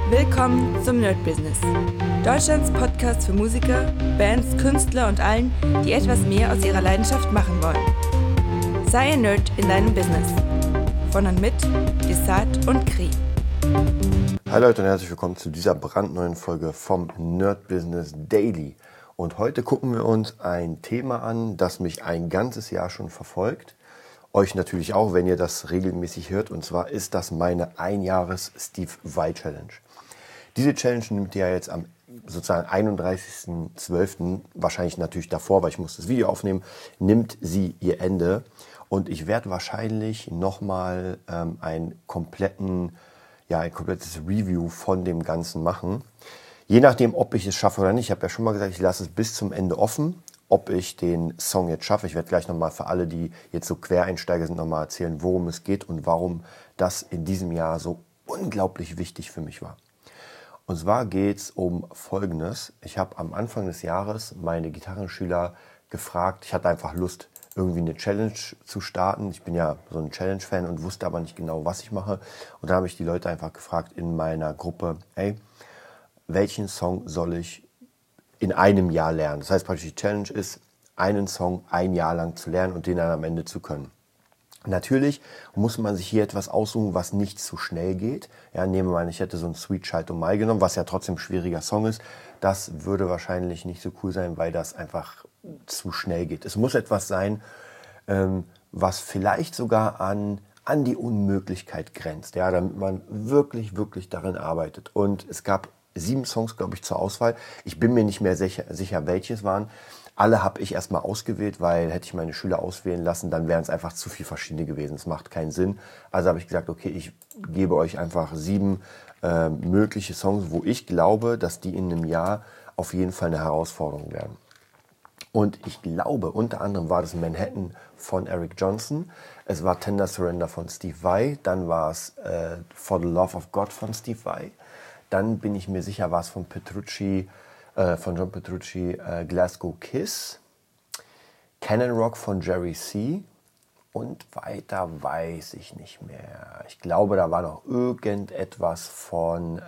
Willkommen zum Nerd Business. Deutschlands Podcast für Musiker, Bands, Künstler und allen, die etwas mehr aus ihrer Leidenschaft machen wollen. Sei ein Nerd in deinem Business. Von und mit Desart und Kri. Hi Leute und herzlich willkommen zu dieser brandneuen Folge vom Nerd Business Daily. Und heute gucken wir uns ein Thema an, das mich ein ganzes Jahr schon verfolgt. Euch natürlich auch, wenn ihr das regelmäßig hört. Und zwar ist das meine Einjahres-Steve Vai Challenge. Diese Challenge nimmt ja jetzt am sozusagen 31.12., wahrscheinlich natürlich davor, weil ich muss das Video aufnehmen, nimmt sie ihr Ende. Und ich werde wahrscheinlich nochmal ein komplettes Review von dem Ganzen machen. Je nachdem, ob ich es schaffe oder nicht. Ich habe ja schon mal gesagt, ich lasse es bis zum Ende offen, ob ich den Song jetzt schaffe. Ich werde gleich nochmal für alle, die jetzt so Quereinsteiger sind, nochmal erzählen, worum es geht und warum das in diesem Jahr so unglaublich wichtig für mich war. Und zwar geht es um Folgendes. Ich habe am Anfang des Jahres meine Gitarrenschüler gefragt, ich hatte einfach Lust, irgendwie eine Challenge zu starten. Ich bin ja so ein Challenge-Fan und wusste aber nicht genau, was ich mache. Und dann habe ich die Leute einfach gefragt in meiner Gruppe, hey, welchen Song soll ich in einem Jahr lernen? Das heißt praktisch, die Challenge ist, einen Song ein Jahr lang zu lernen und den dann am Ende zu können. Natürlich muss man sich hier etwas aussuchen, was nicht zu schnell geht. Ja, nehmen wir mal, ich hätte so ein Sweet Child O' Mine genommen, was ja trotzdem ein schwieriger Song ist. Das würde wahrscheinlich nicht so cool sein, weil das einfach zu schnell geht. Es muss etwas sein, was vielleicht sogar an die Unmöglichkeit grenzt, ja, damit man wirklich darin arbeitet. Und es gab 7 Songs, glaube ich, zur Auswahl. Ich bin mir nicht mehr sicher, welche es waren. Alle habe ich erstmal ausgewählt, weil hätte ich meine Schüler auswählen lassen, dann wären es einfach zu viele verschiedene gewesen. Es macht keinen Sinn. Also habe ich gesagt, okay, ich gebe euch einfach 7 mögliche Songs, wo ich glaube, dass die in einem Jahr auf jeden Fall eine Herausforderung werden. Und ich glaube, unter anderem war das Manhattan von Eric Johnson, es war Tender Surrender von Steve Vai, dann war es For the Love of God von Steve Vai, dann bin ich mir sicher, war es von John Petrucci, Glasgow Kiss, Cannon Rock von Jerry C. und weiter weiß ich nicht mehr. Ich glaube, da war noch irgendetwas von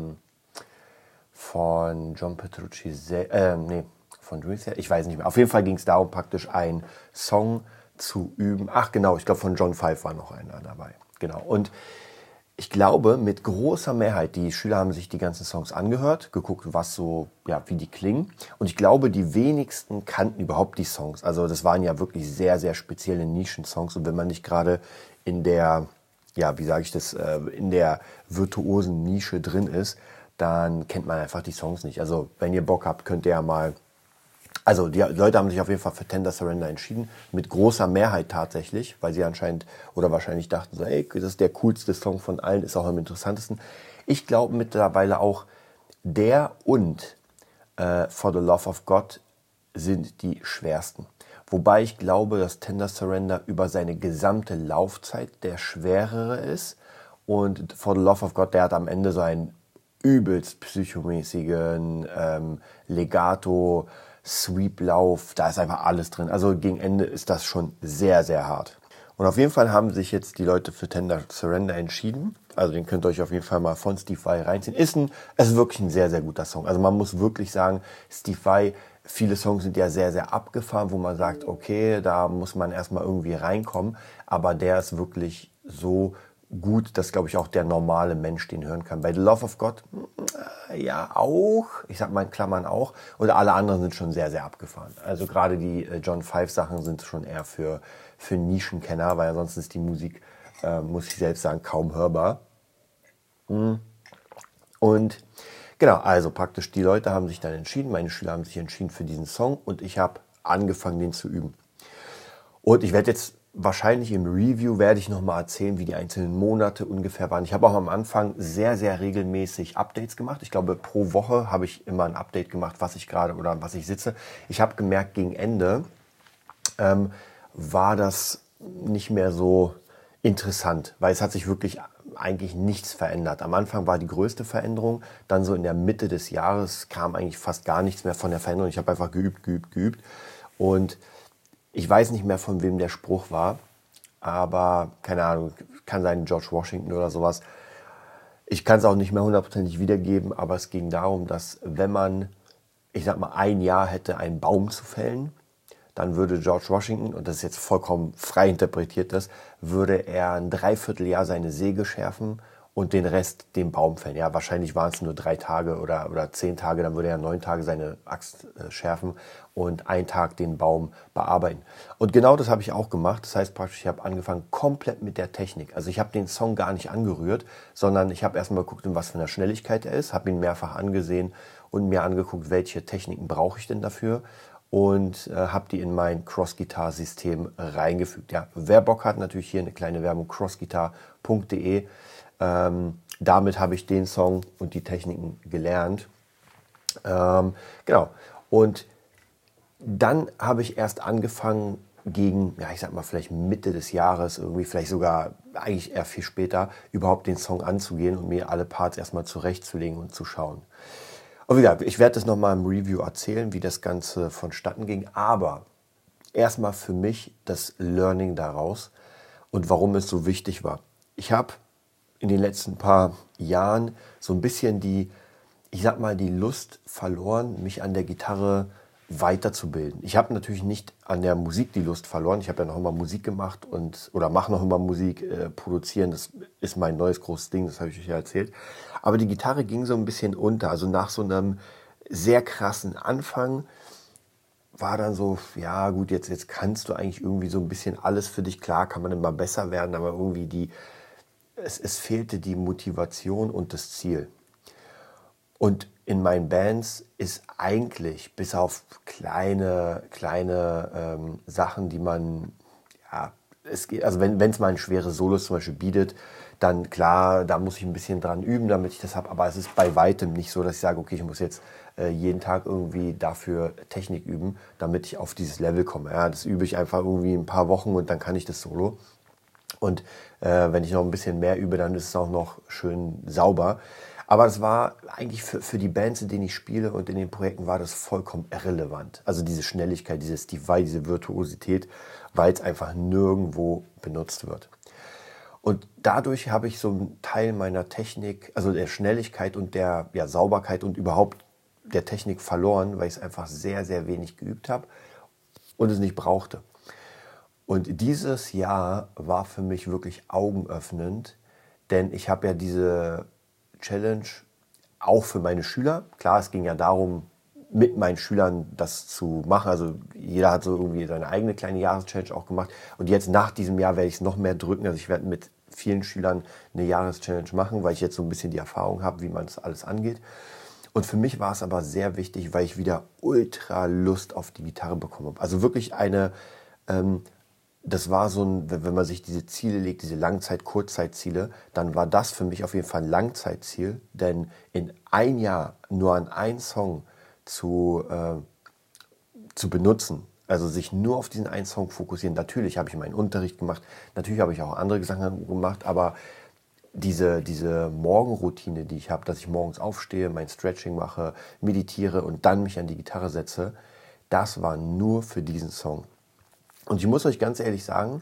John Petrucci, von Jerry C. Ich weiß nicht mehr. Auf jeden Fall ging es darum, praktisch einen Song zu üben. Ach genau, ich glaube von John Five war noch einer dabei. Genau. Und ich glaube, mit großer Mehrheit, die Schüler haben sich die ganzen Songs angehört, geguckt, was so, ja, wie die klingen. Und ich glaube, die wenigsten kannten überhaupt die Songs. Also das waren ja wirklich sehr spezielle Nischen-Songs. Und wenn man nicht gerade in der, ja, wie sage ich das, in der virtuosen Nische drin ist, dann kennt man einfach die Songs nicht. Also wenn ihr Bock habt, könnt ihr ja mal. Also die Leute haben sich auf jeden Fall für Tender Surrender entschieden, mit großer Mehrheit tatsächlich, weil sie anscheinend oder wahrscheinlich dachten so, ey, das ist der coolste Song von allen, ist auch am interessantesten. Ich glaube mittlerweile auch, der und For the Love of God sind die schwersten. Wobei ich glaube, dass Tender Surrender über seine gesamte Laufzeit der schwerere ist und For the Love of God, der hat am Ende so einen übelst psychomäßigen Legato, Sweep-Lauf, da ist einfach alles drin. Also gegen Ende ist das schon sehr hart. Und auf jeden Fall haben sich jetzt die Leute für Tender Surrender entschieden. Also den könnt ihr euch auf jeden Fall mal von Steve Vai reinziehen. Es ist wirklich ein sehr guter Song. Also man muss wirklich sagen, Steve Vai, viele Songs sind ja sehr abgefahren, wo man sagt, okay, da muss man erstmal irgendwie reinkommen. Aber der ist wirklich so gut, dass, glaube ich, auch der normale Mensch den hören kann. Bei The Love of God, ja auch, ich sag mal in Klammern auch, und alle anderen sind schon sehr abgefahren. Also gerade die John Five Sachen sind schon eher für Nischenkenner, weil ansonsten ist die Musik, muss ich selbst sagen, kaum hörbar. Und genau, also praktisch die Leute haben sich dann entschieden, meine Schüler haben sich entschieden für diesen Song und ich habe angefangen, den zu üben. Und ich werde jetzt wahrscheinlich im Review werde ich nochmal erzählen, wie die einzelnen Monate ungefähr waren. Ich habe auch am Anfang sehr regelmäßig Updates gemacht. Ich glaube, pro Woche habe ich immer ein Update gemacht, was ich gerade oder was ich sitze. Ich habe gemerkt, gegen Ende war das nicht mehr so interessant, weil es hat sich wirklich eigentlich nichts verändert. Am Anfang war die größte Veränderung, dann so in der Mitte des Jahres kam eigentlich fast gar nichts mehr von der Veränderung. Ich habe einfach geübt und ich weiß nicht mehr, von wem der Spruch war, aber keine Ahnung, kann sein George Washington oder sowas. Ich kann es auch nicht mehr hundertprozentig wiedergeben, aber es ging darum, dass wenn man, ich sag mal, ein Jahr hätte, einen Baum zu fällen, dann würde George Washington, und das ist jetzt vollkommen frei interpretiert, würde er ein Dreivierteljahr seine Säge schärfen und den Rest den Baum fällen. Ja, wahrscheinlich waren es nur 3 Tage oder 10 Tage, dann würde er 9 Tage seine Axt schärfen und 1 Tag den Baum bearbeiten. Und genau das habe ich auch gemacht. Das heißt praktisch, ich habe angefangen komplett mit der Technik. Also ich habe den Song gar nicht angerührt, sondern ich habe erstmal geguckt, in was für einer Schnelligkeit er ist, habe ihn mehrfach angesehen und mir angeguckt, welche Techniken brauche ich denn dafür. Und habe die in mein Crossguitar-System reingefügt. Ja, wer Bock hat, natürlich hier eine kleine Werbung, crossguitar.de. Damit habe ich den Song und die Techniken gelernt. Genau. Und dann habe ich erst angefangen, gegen, ja, ich sag mal, vielleicht Mitte des Jahres, irgendwie vielleicht sogar eigentlich eher viel später, überhaupt den Song anzugehen und mir alle Parts erstmal zurechtzulegen und zu schauen. Und wie gesagt, ich werde das nochmal im Review erzählen, wie das Ganze vonstatten ging. Aber erstmal für mich das Learning daraus und warum es so wichtig war. Ich habe in den letzten paar Jahren so ein bisschen die Lust verloren, mich an der Gitarre weiterzubilden. Ich habe natürlich nicht an der Musik die Lust verloren. Ich habe ja noch immer Musik gemacht oder mache noch immer Musik, produzieren. Das ist mein neues großes Ding, das habe ich euch ja erzählt. Aber die Gitarre ging so ein bisschen unter. Also nach so einem sehr krassen Anfang war dann so, ja gut, jetzt kannst du eigentlich irgendwie so ein bisschen alles für dich. Klar kann man immer besser werden, aber irgendwie es fehlte die Motivation und das Ziel. Und in meinen Bands ist eigentlich, bis auf kleine Sachen, die man, ja, es geht, also wenn es mal ein schweres Solo zum Beispiel bietet, dann klar, da muss ich ein bisschen dran üben, damit ich das habe. Aber es ist bei weitem nicht so, dass ich sage, okay, ich muss jetzt jeden Tag irgendwie dafür Technik üben, damit ich auf dieses Level komme. Ja, das übe ich einfach irgendwie ein paar Wochen und dann kann ich das Solo. Und wenn ich noch ein bisschen mehr übe, dann ist es auch noch schön sauber. Aber es war eigentlich für die Bands, in denen ich spiele und in den Projekten, war das vollkommen irrelevant. Also diese Schnelligkeit, diese Virtuosität, weil es einfach nirgendwo benutzt wird. Und dadurch habe ich so einen Teil meiner Technik, also der Schnelligkeit und der Sauberkeit und überhaupt der Technik verloren, weil ich es einfach sehr, sehr wenig geübt habe und es nicht brauchte. Und dieses Jahr war für mich wirklich augenöffnend, denn ich habe ja diese Challenge auch für meine Schüler. Klar, es ging ja darum, mit meinen Schülern das zu machen. Also jeder hat so irgendwie seine eigene kleine Jahreschallenge auch gemacht. Und jetzt nach diesem Jahr werde ich es noch mehr drücken. Also ich werde mit vielen Schülern eine Jahreschallenge machen, weil ich jetzt so ein bisschen die Erfahrung habe, wie man das alles angeht. Und für mich war es aber sehr wichtig, weil ich wieder ultra Lust auf die Gitarre bekommen habe. Also wirklich das war so ein, wenn man sich diese Ziele legt, diese Langzeit-, Kurzzeitziele, dann war das für mich auf jeden Fall ein Langzeitziel, denn in ein Jahr nur an einen Song zu benutzen, also sich nur auf diesen einen Song fokussieren. Natürlich habe ich meinen Unterricht gemacht, natürlich habe ich auch andere Sachen gemacht, aber diese Morgenroutine, die ich habe, dass ich morgens aufstehe, mein Stretching mache, meditiere und dann mich an die Gitarre setze, das war nur für diesen Song. Und ich muss euch ganz ehrlich sagen,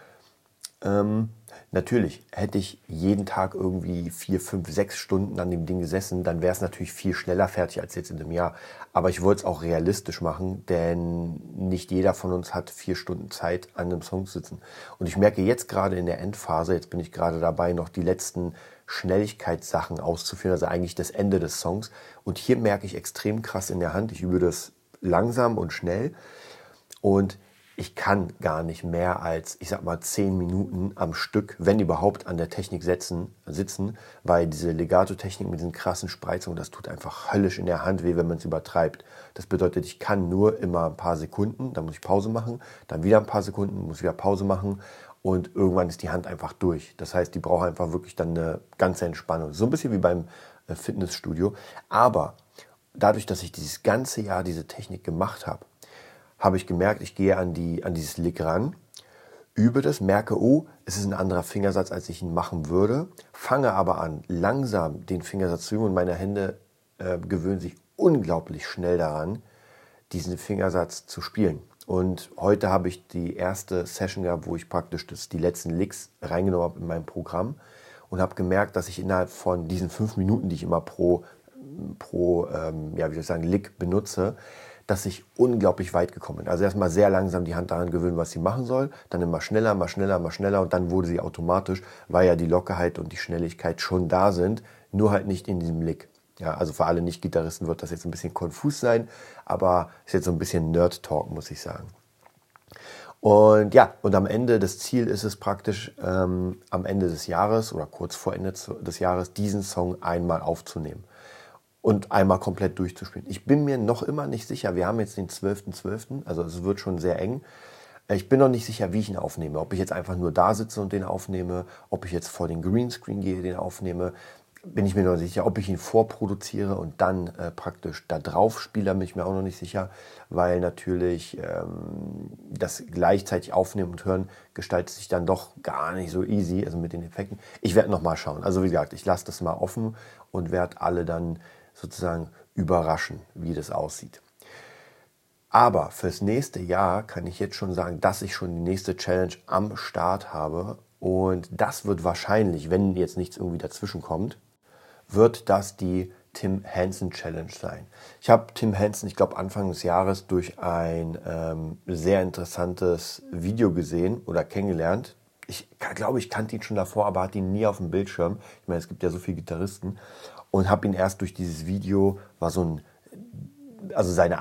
natürlich hätte ich jeden Tag irgendwie 4, 5, 6 Stunden an dem Ding gesessen, dann wäre es natürlich viel schneller fertig als jetzt in einem Jahr. Aber ich wollte es auch realistisch machen, denn nicht jeder von uns hat 4 Stunden Zeit, an einem Song zu sitzen. Und ich merke jetzt gerade in der Endphase, jetzt bin ich gerade dabei, noch die letzten Schnelligkeitssachen auszuführen, also eigentlich das Ende des Songs. Und hier merke ich extrem krass in der Hand, ich übe das langsam und schnell und ich kann gar nicht mehr als, 10 Minuten am Stück, wenn überhaupt, an der Technik sitzen, weil diese Legato-Technik mit diesen krassen Spreizungen, das tut einfach höllisch in der Hand weh, wenn man es übertreibt. Das bedeutet, ich kann nur immer ein paar Sekunden, dann muss ich Pause machen, dann wieder ein paar Sekunden, muss wieder Pause machen und irgendwann ist die Hand einfach durch. Das heißt, die braucht einfach wirklich dann eine ganze Entspannung. So ein bisschen wie beim Fitnessstudio. Aber dadurch, dass ich dieses ganze Jahr diese Technik gemacht habe ich gemerkt, ich gehe an dieses Lick ran, übe das, merke, oh, es ist ein anderer Fingersatz, als ich ihn machen würde, fange aber an, langsam den Fingersatz zu üben und meine Hände gewöhnen sich unglaublich schnell daran, diesen Fingersatz zu spielen. Und heute habe ich die erste Session gehabt, wo ich praktisch die letzten Licks reingenommen habe in mein Programm und habe gemerkt, dass ich innerhalb von diesen 5 Minuten, die ich immer pro Lick benutze, dass ich unglaublich weit gekommen bin. Also erstmal sehr langsam die Hand daran gewöhnen, was sie machen soll, dann immer schneller, mal schneller, mal schneller und dann wurde sie automatisch, weil ja die Lockerheit und die Schnelligkeit schon da sind, nur halt nicht in diesem Lick. Ja, also für alle Nicht-Gitarristen wird das jetzt ein bisschen konfus sein, aber ist jetzt so ein bisschen Nerd-Talk, muss ich sagen. Und ja, und am Ende, das Ziel ist es praktisch, am Ende des Jahres oder kurz vor Ende des Jahres diesen Song einmal aufzunehmen und einmal komplett durchzuspielen. Ich bin mir noch immer nicht sicher, wir haben jetzt den 12.12., also es wird schon sehr eng. Ich bin noch nicht sicher, wie ich ihn aufnehme. Ob ich jetzt einfach nur da sitze und den aufnehme, ob ich jetzt vor den Greenscreen gehe, den aufnehme, bin ich mir noch nicht sicher. Ob ich ihn vorproduziere und dann praktisch da drauf spiele, bin ich mir auch noch nicht sicher, weil natürlich das gleichzeitig aufnehmen und hören gestaltet sich dann doch gar nicht so easy, also mit den Effekten. Ich werde noch mal schauen. Also wie gesagt, ich lasse das mal offen und werde alle dann sozusagen überraschen, wie das aussieht. Aber fürs nächste Jahr kann ich jetzt schon sagen, dass ich schon die nächste Challenge am Start habe. Und das wird wahrscheinlich, wenn jetzt nichts irgendwie dazwischen kommt, wird das die Tim Henson Challenge sein. Ich habe Tim Henson, ich glaube Anfang des Jahres, durch ein sehr interessantes Video gesehen oder kennengelernt. Ich glaube, ich kannte ihn schon davor, aber hatte ihn nie auf dem Bildschirm. Ich meine, es gibt ja so viele Gitarristen. Und habe ihn erst durch dieses Video, war so ein, also sein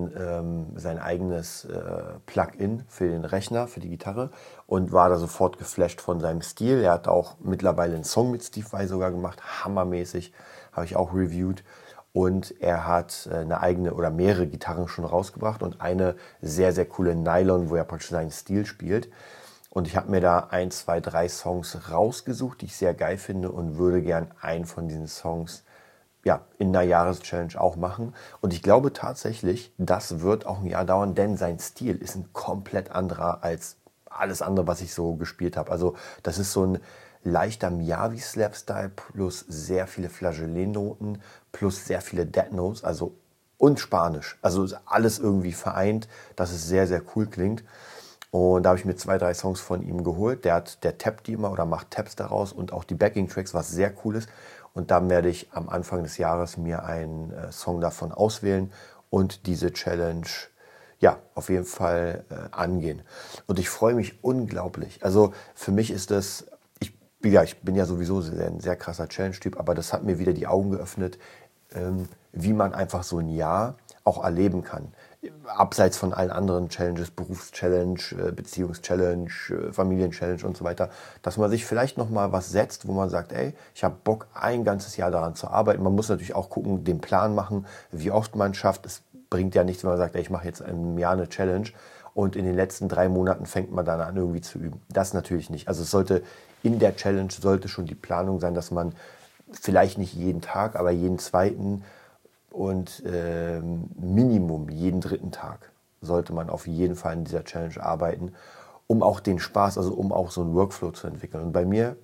eigenes Plugin für den Rechner, für die Gitarre und war da sofort geflasht von seinem Stil. Er hat auch mittlerweile einen Song mit Steve Vai sogar gemacht, hammermäßig, habe ich auch reviewed. Und er hat eine eigene oder mehrere Gitarren schon rausgebracht und eine sehr, sehr coole Nylon, wo er praktisch seinen Stil spielt. Und ich habe mir da 1, 2, 3 Songs rausgesucht, die ich sehr geil finde und würde gern einen von diesen Songs in der Jahreschallenge auch machen. Und ich glaube tatsächlich, das wird auch ein Jahr dauern, denn sein Stil ist ein komplett anderer als alles andere, was ich so gespielt habe. Also das ist so ein leichter Miyavi-Slap-Style plus sehr viele Flageolet-Noten plus sehr viele Dead Notes, also und Spanisch. Also ist alles irgendwie vereint, dass es sehr, sehr cool klingt. Und da habe ich mir 2, 3 Songs von ihm geholt. Der tappt die immer oder macht Taps daraus und auch die Backing-Tracks, was sehr cool ist. Und dann werde ich am Anfang des Jahres mir einen Song davon auswählen und diese Challenge auf jeden Fall angehen. Und ich freue mich unglaublich. Also für mich ist das, ich bin ja sowieso ein sehr krasser Challenge-Typ, aber das hat mir wieder die Augen geöffnet, wie man einfach so ein Jahr auch erleben kann. Abseits von allen anderen Challenges, Berufschallenge, Beziehungschallenge, Familienchallenge und so weiter, dass man sich vielleicht nochmal was setzt, wo man sagt, ey, ich habe Bock, ein ganzes Jahr daran zu arbeiten. Man muss natürlich auch gucken, den Plan machen, wie oft man schafft. Es bringt ja nichts, wenn man sagt, ey, ich mache jetzt im Jahr eine Challenge und in den letzten 3 Monaten fängt man dann an, irgendwie zu üben. Das natürlich nicht. Also in der Challenge sollte schon die Planung sein, dass man vielleicht nicht jeden Tag, aber jeden zweiten und Minimum jeden 3. Tag sollte man auf jeden Fall in dieser Challenge arbeiten, um auch den Spaß, also um auch so einen Workflow zu entwickeln. Und bei mir,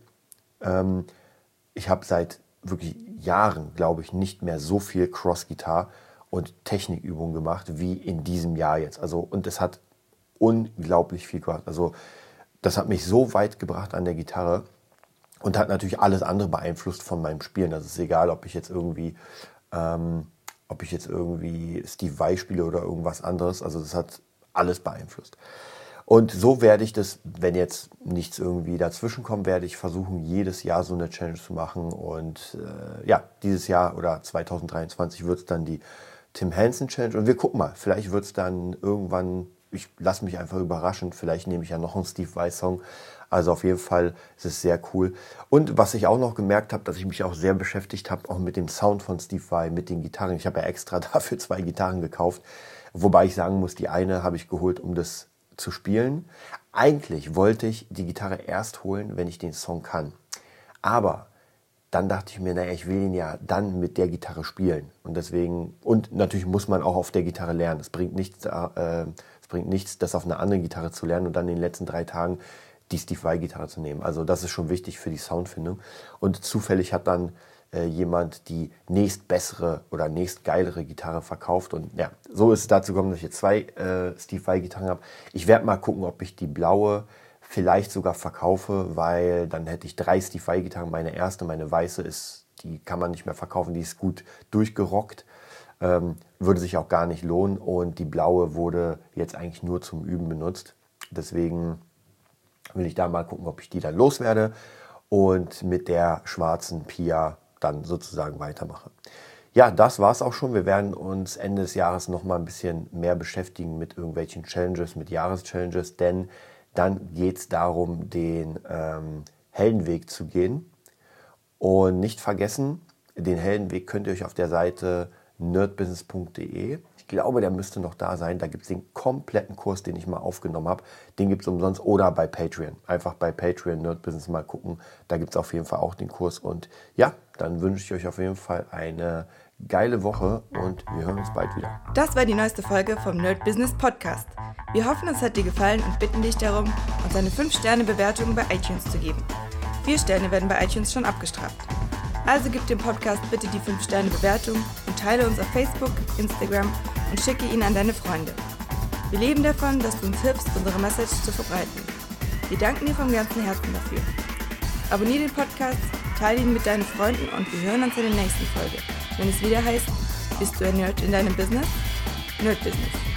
ich habe seit wirklich Jahren, glaube ich, nicht mehr so viel Cross-Gitarre und Technikübungen gemacht wie in diesem Jahr jetzt. Also, und es hat unglaublich viel gemacht. Also das hat mich so weit gebracht an der Gitarre und hat natürlich alles andere beeinflusst von meinem Spielen. Das ist egal, ob ich jetzt irgendwie Steve Vai spiele oder irgendwas anderes. Also das hat alles beeinflusst. Und so werde ich das, wenn jetzt nichts irgendwie dazwischen kommt, werde ich versuchen, jedes Jahr so eine Challenge zu machen. Und dieses Jahr oder 2023 wird es dann die Tim Henson Challenge. Und wir gucken mal, vielleicht wird es dann irgendwann, ich lasse mich einfach überraschen, vielleicht nehme ich ja noch einen Steve Vai Song. Also auf jeden Fall ist es sehr cool. Und was ich auch noch gemerkt habe, dass ich mich auch sehr beschäftigt habe, auch mit dem Sound von Steve Vai, mit den Gitarren. Ich habe ja extra dafür 2 Gitarren gekauft. Wobei ich sagen muss, die eine habe ich geholt, um das zu spielen. Eigentlich wollte ich die Gitarre erst holen, wenn ich den Song kann. Aber dann dachte ich mir, naja, ich will ihn ja dann mit der Gitarre spielen. Und deswegen, und natürlich muss man auch auf der Gitarre lernen. Es bringt nichts, das auf einer anderen Gitarre zu lernen und dann in den letzten 3 Tagen die Steve Vai-Gitarre zu nehmen. Also das ist schon wichtig für die Soundfindung. Und zufällig hat dann jemand die nächstbessere oder nächstgeilere Gitarre verkauft. Und ja, so ist es dazu gekommen, dass ich jetzt 2 Steve Vai-Gitarren habe. Ich werde mal gucken, ob ich die blaue vielleicht sogar verkaufe, weil dann hätte ich 3 Steve Vai-Gitarren. Meine erste, meine weiße, die kann man nicht mehr verkaufen, die ist gut durchgerockt. Würde sich auch gar nicht lohnen und die blaue wurde jetzt eigentlich nur zum Üben benutzt. Deswegen will ich da mal gucken, ob ich die dann loswerde und mit der schwarzen Pia dann sozusagen weitermache. Ja, das war's auch schon. Wir werden uns Ende des Jahres noch mal ein bisschen mehr beschäftigen mit irgendwelchen Challenges, mit Jahreschallenges, denn dann geht es darum, den Heldenweg zu gehen. Und nicht vergessen, den Heldenweg könnt ihr euch auf der Seite nerdbusiness.de, ich glaube, der müsste noch da sein, da gibt es den kompletten Kurs, den ich mal aufgenommen habe, den gibt es umsonst oder bei Patreon. Einfach bei Patreon Nerdbusiness mal gucken, da gibt es auf jeden Fall auch den Kurs. Und ja, dann wünsche ich euch auf jeden Fall eine geile Woche und wir hören uns bald wieder. Das war die neueste Folge vom Nerd Business Podcast. Wir hoffen, es hat dir gefallen und bitten dich darum, uns eine 5-Sterne-Bewertung bei iTunes zu geben. 4 Sterne werden bei iTunes schon abgestraft. Also gib dem Podcast bitte die 5-Sterne-Bewertung und teile uns auf Facebook, Instagram und schicke ihn an deine Freunde. Wir leben davon, dass du uns hilfst, unsere Message zu verbreiten. Wir danken dir vom ganzen Herzen dafür. Abonniere den Podcast, teile ihn mit deinen Freunden und wir hören uns in der nächsten Folge, wenn es wieder heißt, bist du ein Nerd in deinem Business? Nerd Business.